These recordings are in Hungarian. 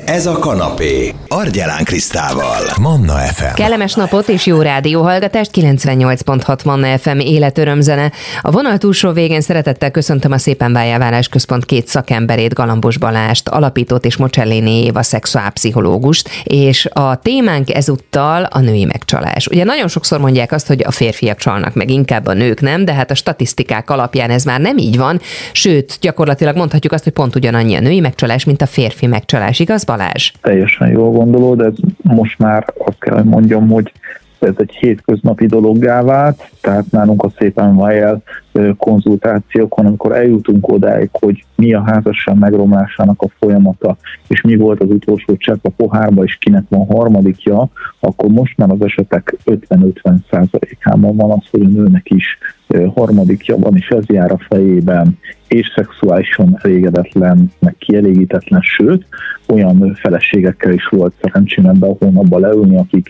Ez a kanapé. Argyelán Krisztával. Manna FM. Kellemes napot és jó rádióhallgatást, 98.6 Manna FM életörömzene. A vonal túlsó végén szeretettel köszöntöm a Szépen Váljávárás Központ két szakemberét, Galambos Balást, alapítót és Mocellini Éva szexuálpszichológust, és a témánk ezúttal a női megcsalás. Ugye nagyon sokszor mondják azt, hogy a férfiak csalnak meg, inkább a nők nem, de hát a statisztikák alapján ez már nem így van, sőt, gyakorlatilag mondhatjuk azt, hogy pont ugyanannyi a női megcsalás, mint a férfi megcsalás, igaz Balázs? Teljesen jól gondolod, ez most már azt kell, hogy mondjam, hogy ez egy hétköznapi dologgá vált, tehát nálunk a Szépen Váljál konzultációkon, amikor eljutunk odáig, hogy mi a házasság megromlásának a folyamata, és mi volt az utolsó csepp a pohárba, és kinek van harmadikja, akkor most már az esetek 50-50%-ában van az, hogy a nőnek is harmadikja van, és ez jár a fejében, és szexuálisan elégedetlen, meg kielégítetlen, sőt, olyan feleségekkel is volt szerencsém ebben a hónapban leülni, akik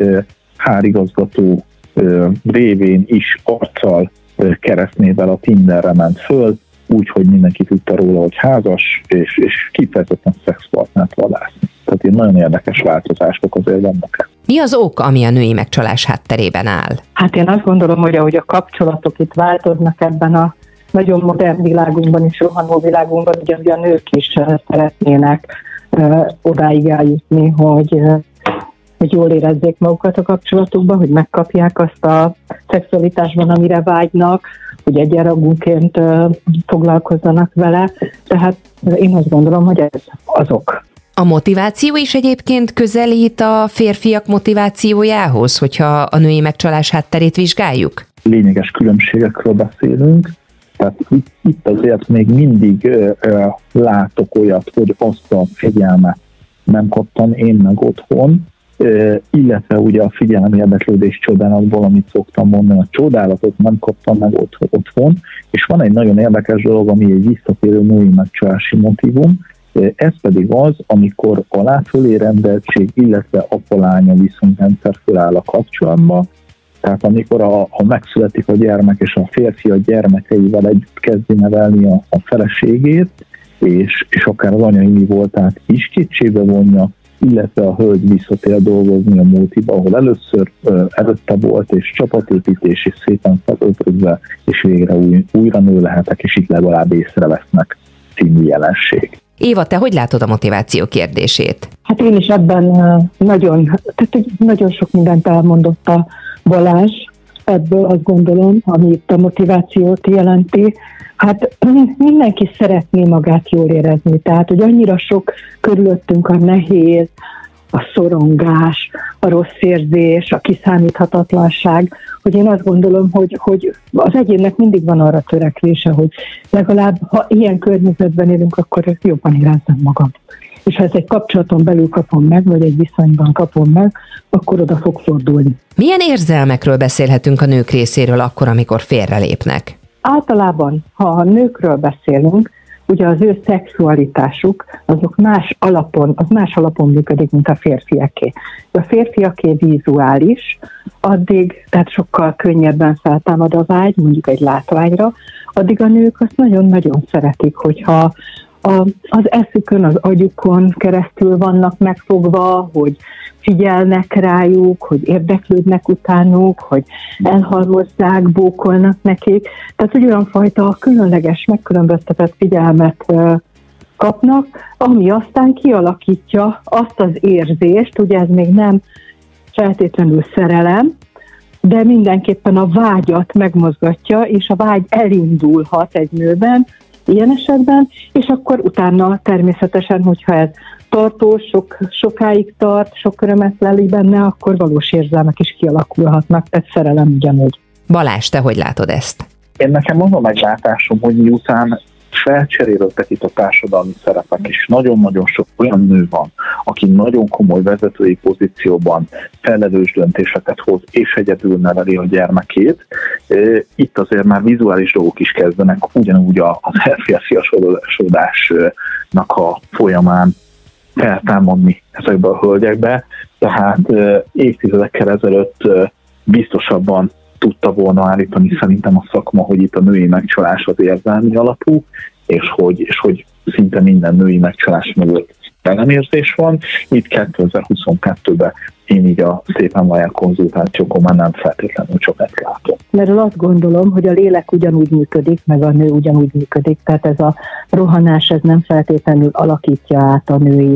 hárigazgató révén is arccal, keresztnével a Tinderre ment föl, úgyhogy mindenki tudta róla, hogy házas, és kifejezetten szexpartnert vadászni. Tehát ilyen nagyon érdekes változások azért vannak. Mi az ok, ami a női megcsalás hátterében áll? Hát én azt gondolom, hogy ahogy a kapcsolatok itt változnak ebben a nagyon modern világunkban és rohanó világunkban, ugye a nők is szeretnének odáig eljutni, hogy jól érezzék magukat a kapcsolatukban, hogy megkapják azt a szexualitásban, amire vágynak, hogy egyenrangúként foglalkozzanak vele. Tehát én azt gondolom, hogy ez azok. A motiváció is egyébként közelít a férfiak motivációjához, hogyha a női megcsalás hátterét vizsgáljuk? Lényeges különbségekről beszélünk, tehát itt azért még mindig látok olyat, hogy azt a figyelmet nem kaptam én meg otthon, illetve ugye a figyelem, érdeklődés, csodálatból, amit szoktam mondani, a csodálatot nem kaptam meg otthon, és van egy nagyon érdekes dolog, ami egy visszatérő női megcsalási motívum, ez pedig az, amikor a láfölé rendeltség, illetve apa-lánya viszonyrendszer föláll a kapcsolatba, tehát amikor ha megszületik a gyermek, és a férfi a gyermekeivel együtt kezdi nevelni a feleségét, és akár az anyai mi voltát is kétségbe vonja, illetve a hölgy visszatér dolgozni a multiba, ahol először előtte volt, és csapatépítés, és szépen felöltözve, és végre újra nő lehetek, és itt legalább észrevesznek című jelenség. Éva, te hogy látod a motiváció kérdését? Hát én is ebben nagyon sok mindent elmondott a Balázs, ebből azt gondolom, ami itt a motivációt jelenti. Hát mindenki szeretné magát jól érezni, tehát hogy annyira sok körülöttünk a nehéz, a szorongás, a rossz érzés, a kiszámíthatatlanság, hogy én azt gondolom, hogy az egyénnek mindig van arra törekvése, hogy legalább ha ilyen környezetben élünk, akkor jobban érezzem magam. És ha ezt egy kapcsolaton belül kapom meg, vagy egy viszonyban kapom meg, akkor oda fog fordulni. Milyen érzelmekről beszélhetünk a nők részéről akkor, amikor félrelépnek? Általában, ha a nőkről beszélünk, ugye az ő szexualitásuk azok más alapon működik, mint a férfiaké. A férfiaké vizuális, addig, tehát sokkal könnyebben feltámad a vágy, mondjuk egy látványra, addig a nők azt nagyon-nagyon szeretik, hogyha az eszükön, az agyukon keresztül vannak megfogva, hogy figyelnek rájuk, hogy érdeklődnek utánuk, hogy elhalmozzák, bókolnak nekik. Tehát olyan fajta különleges, megkülönböztetett figyelmet kapnak, ami aztán kialakítja azt az érzést, ugye ez még nem feltétlenül szerelem, de mindenképpen a vágyat megmozgatja, és a vágy elindulhat egy nőben, ilyen esetben, és akkor utána természetesen, hogyha ez tartós, sokáig tart, sok örömet leli benne, akkor valós érzelmek is kialakulhatnak, tehát szerelem ugyanúgy. Balázs, te hogy látod ezt? Én nekem az a meglátásom, hogy miután felcserélődtek itt a társadalmi szerepek, és nagyon-nagyon sok olyan nő van, aki nagyon komoly vezetői pozícióban felelős döntéseket hoz, és egyedül neveli a gyermekét. Itt azért már vizuális dolgok is kezdenek ugyanúgy az elférfiasodásnak a folyamán feltámadni ezekbe a hölgyekbe, tehát évtizedekkel ezelőtt biztosabban tudta volna állítani szerintem a szakma, hogy itt a női megcsalás az érzelmi alapú, és hogy szinte minden női megcsalás mögött ellenérzés van. Itt 2022-ben én így a Szépen Vaján konzultációkon már nem feltétlenül csak ezt látom. Mert azt gondolom, hogy a lélek ugyanúgy működik, meg a nő ugyanúgy működik, tehát ez a rohanás ez nem feltétlenül alakítja át a női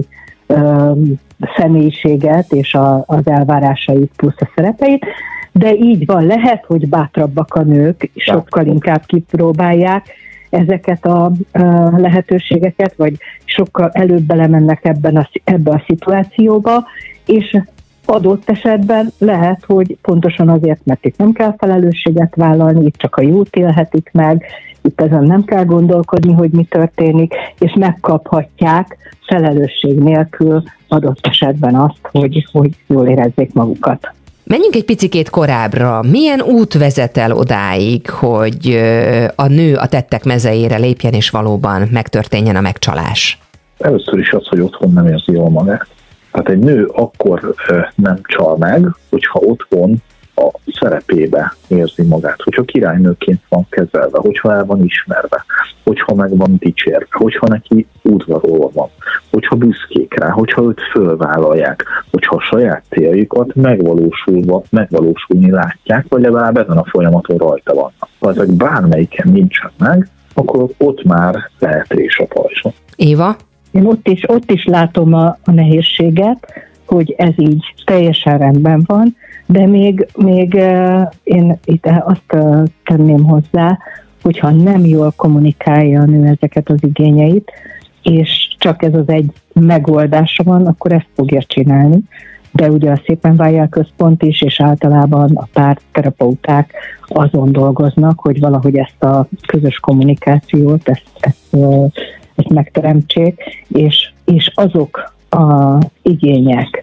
személyiséget és az elvárásait plusz a szerepeit, de így van, lehet, hogy bátrabbak a nők, sokkal inkább kipróbálják ezeket a lehetőségeket, vagy sokkal előbb belemennek ebbe a szituációba, és adott esetben lehet, hogy pontosan azért, mert itt nem kell felelősséget vállalni, itt csak a jót élhetik meg, itt ezen nem kell gondolkodni, hogy mi történik, és megkaphatják felelősség nélkül adott esetben azt, hogy jól érezzék magukat. Menjünk egy picikét korábbra. Milyen út vezet el odáig, hogy a nő a tettek mezeire lépjen, és valóban megtörténjen a megcsalás? Először is az, hogy otthon nem érzi jól magát. Tehát egy nő akkor nem csal meg, hogyha otthon a szerepébe érzi magát, hogyha királynőként van kezelve, hogyha el van ismerve, hogyha meg van dicsérve, hogyha neki udvarolva van, hogyha büszkék rá, hogyha őt fölvállalják, hogyha a saját céljaikat megvalósulni látják, vagy legalább ezen a folyamaton rajta vannak. Ha ezek bármelyiken nincsen meg, akkor ott már lehet rés a pajzson. Éva? Én ott is látom a nehézséget, hogy ez így teljesen rendben van, de még én itt azt tenném hozzá, hogyha nem jól kommunikálja a nő ezeket az igényeit, és csak ez az egy megoldása van, akkor ezt fogja csinálni. De ugye a Szépen Váljál Központ is, és általában a párterapeuták azon dolgoznak, hogy valahogy ezt a közös kommunikációt, ezt megteremtsék, és azok az igények,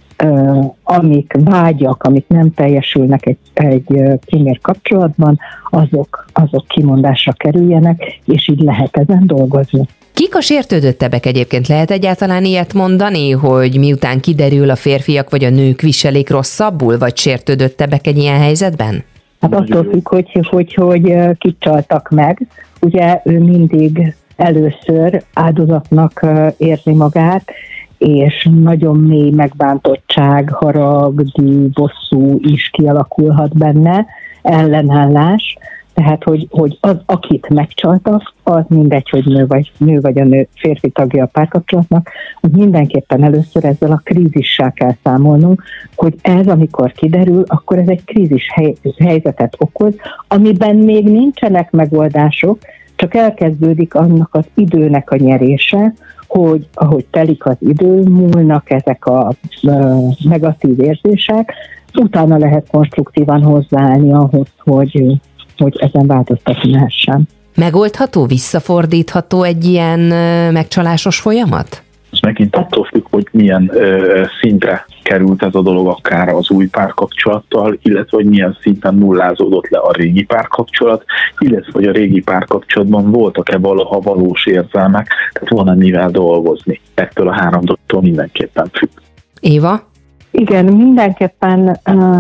amik vágyak, amik nem teljesülnek egy primér kapcsolatban, azok kimondásra kerüljenek, és így lehet ezen dolgozni. Kik a sértődöttebbek egyébként? Lehet egyáltalán ilyet mondani, hogy miután kiderül, a férfiak vagy a nők viselik rosszabbul, vagy sértődöttebbek egy ilyen helyzetben? Hát attól függ, hogy kit csaltak meg. Ugye ő mindig először áldozatnak érzi magát, és nagyon mély megbántottság, harag, dű, bosszú is kialakulhat benne, ellenállás. Tehát, hogy az, akit megcsaltak, az mindegy, hogy nő vagy a nő férfi tagja a párkapcsolatnak, az mindenképpen először ezzel a krízissel kell számolnunk, hogy ez, amikor kiderül, akkor ez egy krízis helyzetet okoz, amiben még nincsenek megoldások, csak elkezdődik annak az időnek a nyerése, hogy ahogy telik az idő, múlnak ezek a negatív érzések, utána lehet konstruktívan hozzáállni ahhoz, hogy ezen változtatni lehessen. Megoldható, visszafordítható egy ilyen megcsalásos folyamat? Ez megint attól függ, hogy milyen szintre került ez a dolog akár az új párkapcsolattal, illetve hogy milyen szinten nullázódott le a régi párkapcsolat, illetve hogy a régi párkapcsolatban voltak-e valaha valós érzelmek, tehát van-e mivel dolgozni. Ettől a három dologtól mindenképpen függ. Éva? Igen, mindenképpen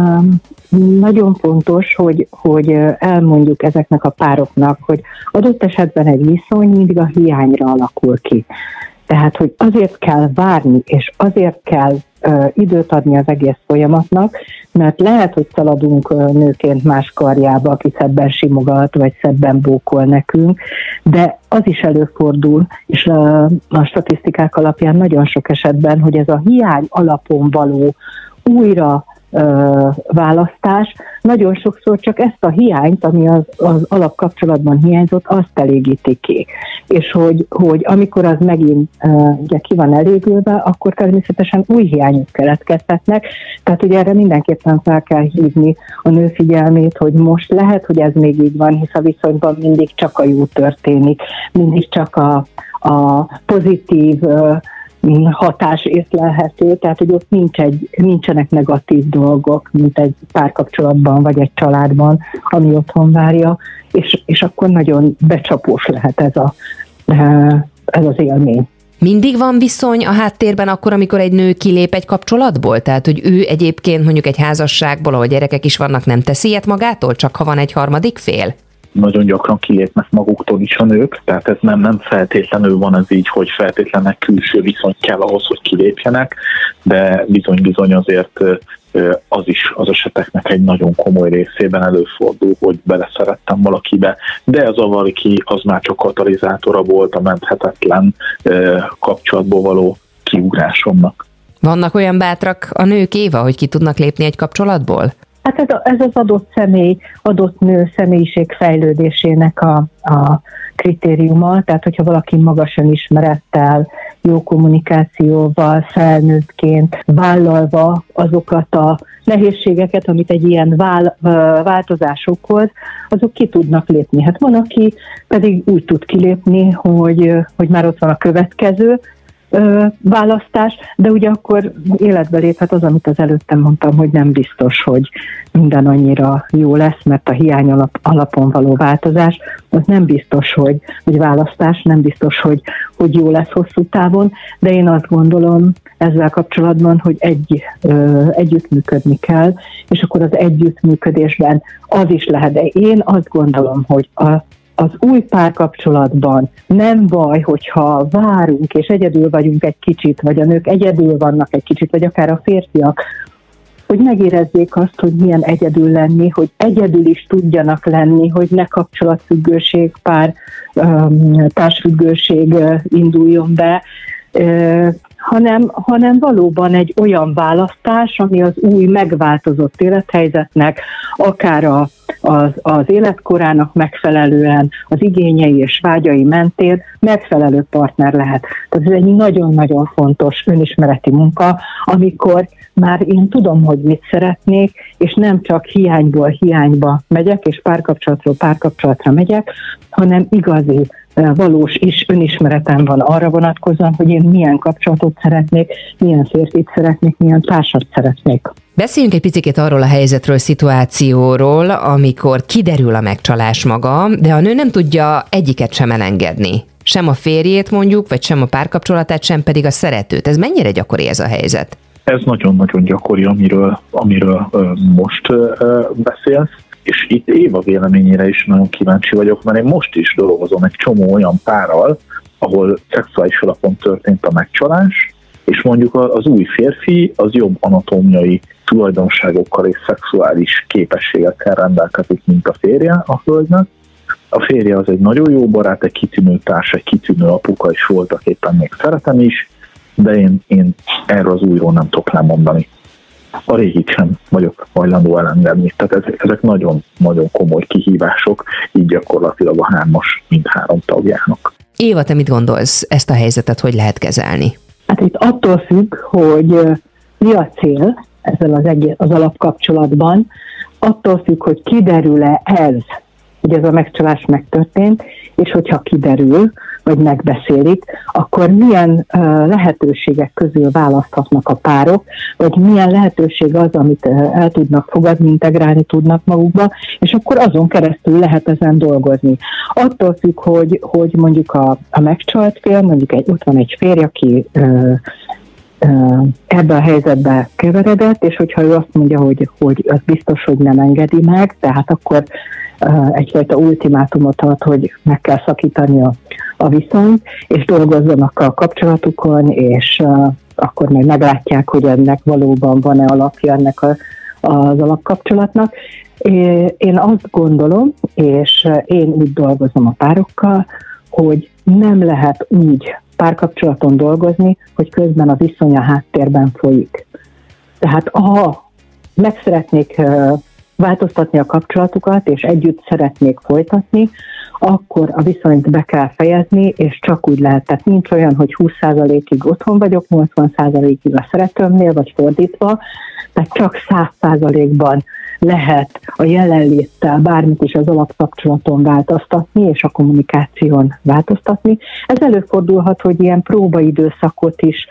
nagyon fontos, hogy elmondjuk ezeknek a pároknak, hogy adott esetben egy viszony mindig a hiányra alakul ki. Tehát, hogy azért kell várni, és azért kell időt adni az egész folyamatnak, mert lehet, hogy szaladunk nőként más karjába, aki szebben simogat, vagy szebben bókol nekünk, de az is előfordul, és a statisztikák alapján nagyon sok esetben, hogy ez a hiány alapon való újra választás, nagyon sokszor csak ezt a hiányt, ami az alapkapcsolatban hiányzott, azt elégíti ki. És hogy amikor az megint ugye ki van elégülve, akkor természetesen új hiányok keletkezhetnek. Tehát ugye erre mindenképpen fel kell hívni a nő figyelmét, hogy most lehet, hogy ez még így van, hisz a viszonyban mindig csak a jó történik, mindig csak a pozitív hatás észlelhető, tehát hogy ott nincsenek negatív dolgok, mint egy párkapcsolatban vagy egy családban, ami otthon várja, és akkor nagyon becsapós lehet ez az élmény. Mindig van viszony a háttérben akkor, amikor egy nő kilép egy kapcsolatból? Tehát, hogy ő egyébként mondjuk egy házasságból, ahol gyerekek is vannak, nem teszi ilyet magától, csak ha van egy harmadik fél? nagyon gyakran kilépnek maguktól is a nők, tehát ez nem feltétlenül van ez így, hogy feltétlenül külső viszony kell ahhoz, hogy kilépjenek, de bizony azért az eseteknek egy nagyon komoly részében előfordul, hogy beleszerettem valakibe, de az a valaki az már csak katalizátora volt a menthetetlen kapcsolatból való kiugrásomnak. Vannak olyan bátrak a nők, Éva, hogy ki tudnak lépni egy kapcsolatból? Hát ez az adott személy, adott nő személyiség fejlődésének a kritériuma, tehát hogyha valaki magas önismerettel, jó kommunikációval, felnőttként vállalva azokat a nehézségeket, amit egy ilyen változás okoz, azok ki tudnak lépni. Hát van, aki pedig úgy tud kilépni, hogy már ott van a következő választás, de ugye akkor életbe léphet az, amit az előttem mondtam, hogy nem biztos, hogy minden annyira jó lesz, mert a hiány alapon való változás, az nem biztos, hogy választás, nem biztos, hogy jó lesz hosszú távon, de én azt gondolom ezzel kapcsolatban, hogy együttműködni kell, és akkor az együttműködésben az is lehet, de én azt gondolom, hogy az új párkapcsolatban nem baj, hogyha várunk, és egyedül vagyunk egy kicsit, vagy a nők egyedül vannak egy kicsit, vagy akár a férfiak, hogy megérezzék azt, hogy milyen egyedül lenni, hogy egyedül is tudjanak lenni, hogy ne kapcsolatfüggőség, társfüggőség induljon be, hanem valóban egy olyan választás, ami az új megváltozott élethelyzetnek, akár az életkorának megfelelően, az igényei és vágyai mentén megfelelő partner lehet. Tehát ez egy nagyon-nagyon fontos önismereti munka, amikor már én tudom, hogy mit szeretnék, és nem csak hiányból hiányba megyek, és párkapcsolatról párkapcsolatra megyek, hanem igazi, valós is önismeretem van arra vonatkozóan, hogy én milyen kapcsolatot szeretnék, milyen férfit szeretnék, milyen társat szeretnék. Beszéljünk egy picit arról a helyzetről, szituációról, amikor kiderül a megcsalás maga, de a nő nem tudja egyiket sem elengedni. Sem a férjét mondjuk, vagy sem a párkapcsolatát, sem pedig a szeretőt. Ez mennyire gyakori ez a helyzet? Ez nagyon-nagyon gyakori, amiről most beszélsz. És itt Éva véleményére is nagyon kíváncsi vagyok, mert én most is dolgozom egy csomó olyan párral, ahol szexuális alapon történt a megcsalás, és mondjuk az új férfi az jobb anatómiai tulajdonságokkal és szexuális képességekkel rendelkezik, mint a férje a hölgynek. A férje az egy nagyon jó barát, egy kitűnő társ, egy kitűnő apuka, és voltak éppen még szeretem is, de én erről az újról nem tudok lemondani. A régit sem vagyok hajlandó elengedni. Tehát ezek nagyon-nagyon komoly kihívások, így gyakorlatilag a mindhárom tagjának. Éva, te mit gondolsz, ezt a helyzetet hogy lehet kezelni? Hát itt attól függ, hogy mi a cél ezzel az alapkapcsolatban, attól függ, hogy kiderül-e hogy ez a megcsalás megtörtént, és hogyha kiderül, vagy megbeszélik, akkor milyen lehetőségek közül választhatnak a párok, vagy milyen lehetőség az, amit el tudnak fogadni, integrálni tudnak magukba, és akkor azon keresztül lehet ezen dolgozni. Attól függ, hogy mondjuk a megcsalt fél, mondjuk ott van egy férj, aki ebbe a helyzetbe keveredett, és hogyha ő azt mondja, hogy az biztos, hogy nem engedi meg, tehát akkor egyfajta ultimátumot ad, hogy meg kell szakítani a viszonyt, és dolgozzanak a kapcsolatukon, és akkor majd meglátják, hogy ennek valóban van-e alapja ennek az alapkapcsolatnak. Én azt gondolom, és én úgy dolgozom a párokkal, hogy nem lehet úgy párkapcsolaton dolgozni, hogy közben a viszony a háttérben folyik. Tehát ha meg szeretnék változtatni a kapcsolatukat, és együtt szeretnék folytatni, akkor a viszonyt be kell fejezni, és csak úgy lehet. Tehát nincs olyan, hogy 20%-ig otthon vagyok, 80%-ig a szeretőmnél, vagy fordítva, tehát csak 100%-ban lehet a jelenléttel bármit is az alapkapcsolaton változtatni, és a kommunikáción változtatni. Ez előfordulhat, hogy ilyen próbaidőszakot is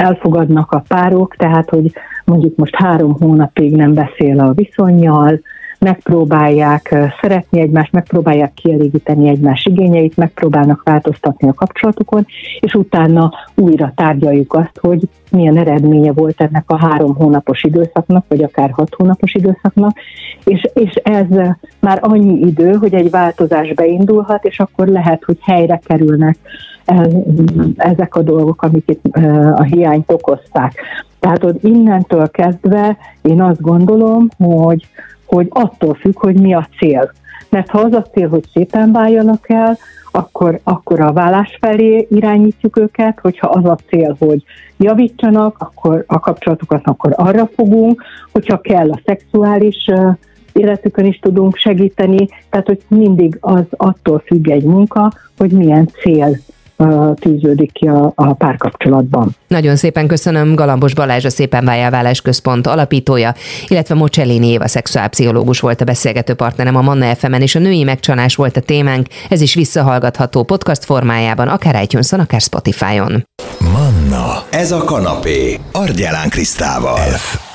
elfogadnak a párok, tehát hogy mondjuk most 3 hónapig nem beszél a viszonnyal, megpróbálják szeretni egymást, megpróbálják kielégíteni egymás igényeit, megpróbálnak változtatni a kapcsolatukon, és utána újra tárgyaljuk azt, hogy milyen eredménye volt ennek a 3 hónapos időszaknak, vagy akár 6 hónapos időszaknak, és ez már annyi idő, hogy egy változás beindulhat, és akkor lehet, hogy helyre kerülnek ezek a dolgok, amik itt a hiányt okozták. Tehát ott innentől kezdve én azt gondolom, hogy attól függ, hogy mi a cél. Mert ha az a cél, hogy szépen váljanak el, akkor a válás felé irányítjuk őket, hogyha az a cél, hogy javítsanak, akkor a kapcsolatokat akkor arra fogunk, hogyha kell a szexuális életükön is tudunk segíteni, tehát hogy mindig az attól függ egy munka, hogy milyen cél tűződik ki a párkapcsolatban. Nagyon szépen köszönöm. Galambos Balázs, a Szépen váljál válás központ alapítója, illetve Mocellini Éva szexuálpszichológus volt a beszélgető partnerem a Manna FM-en, és a női megcsalás volt a témánk. Ez is visszahallgatható podcast formájában, akár iTunes-on, akár Spotify-on. Manna, ez a kanapé, Argyelán Krisztával.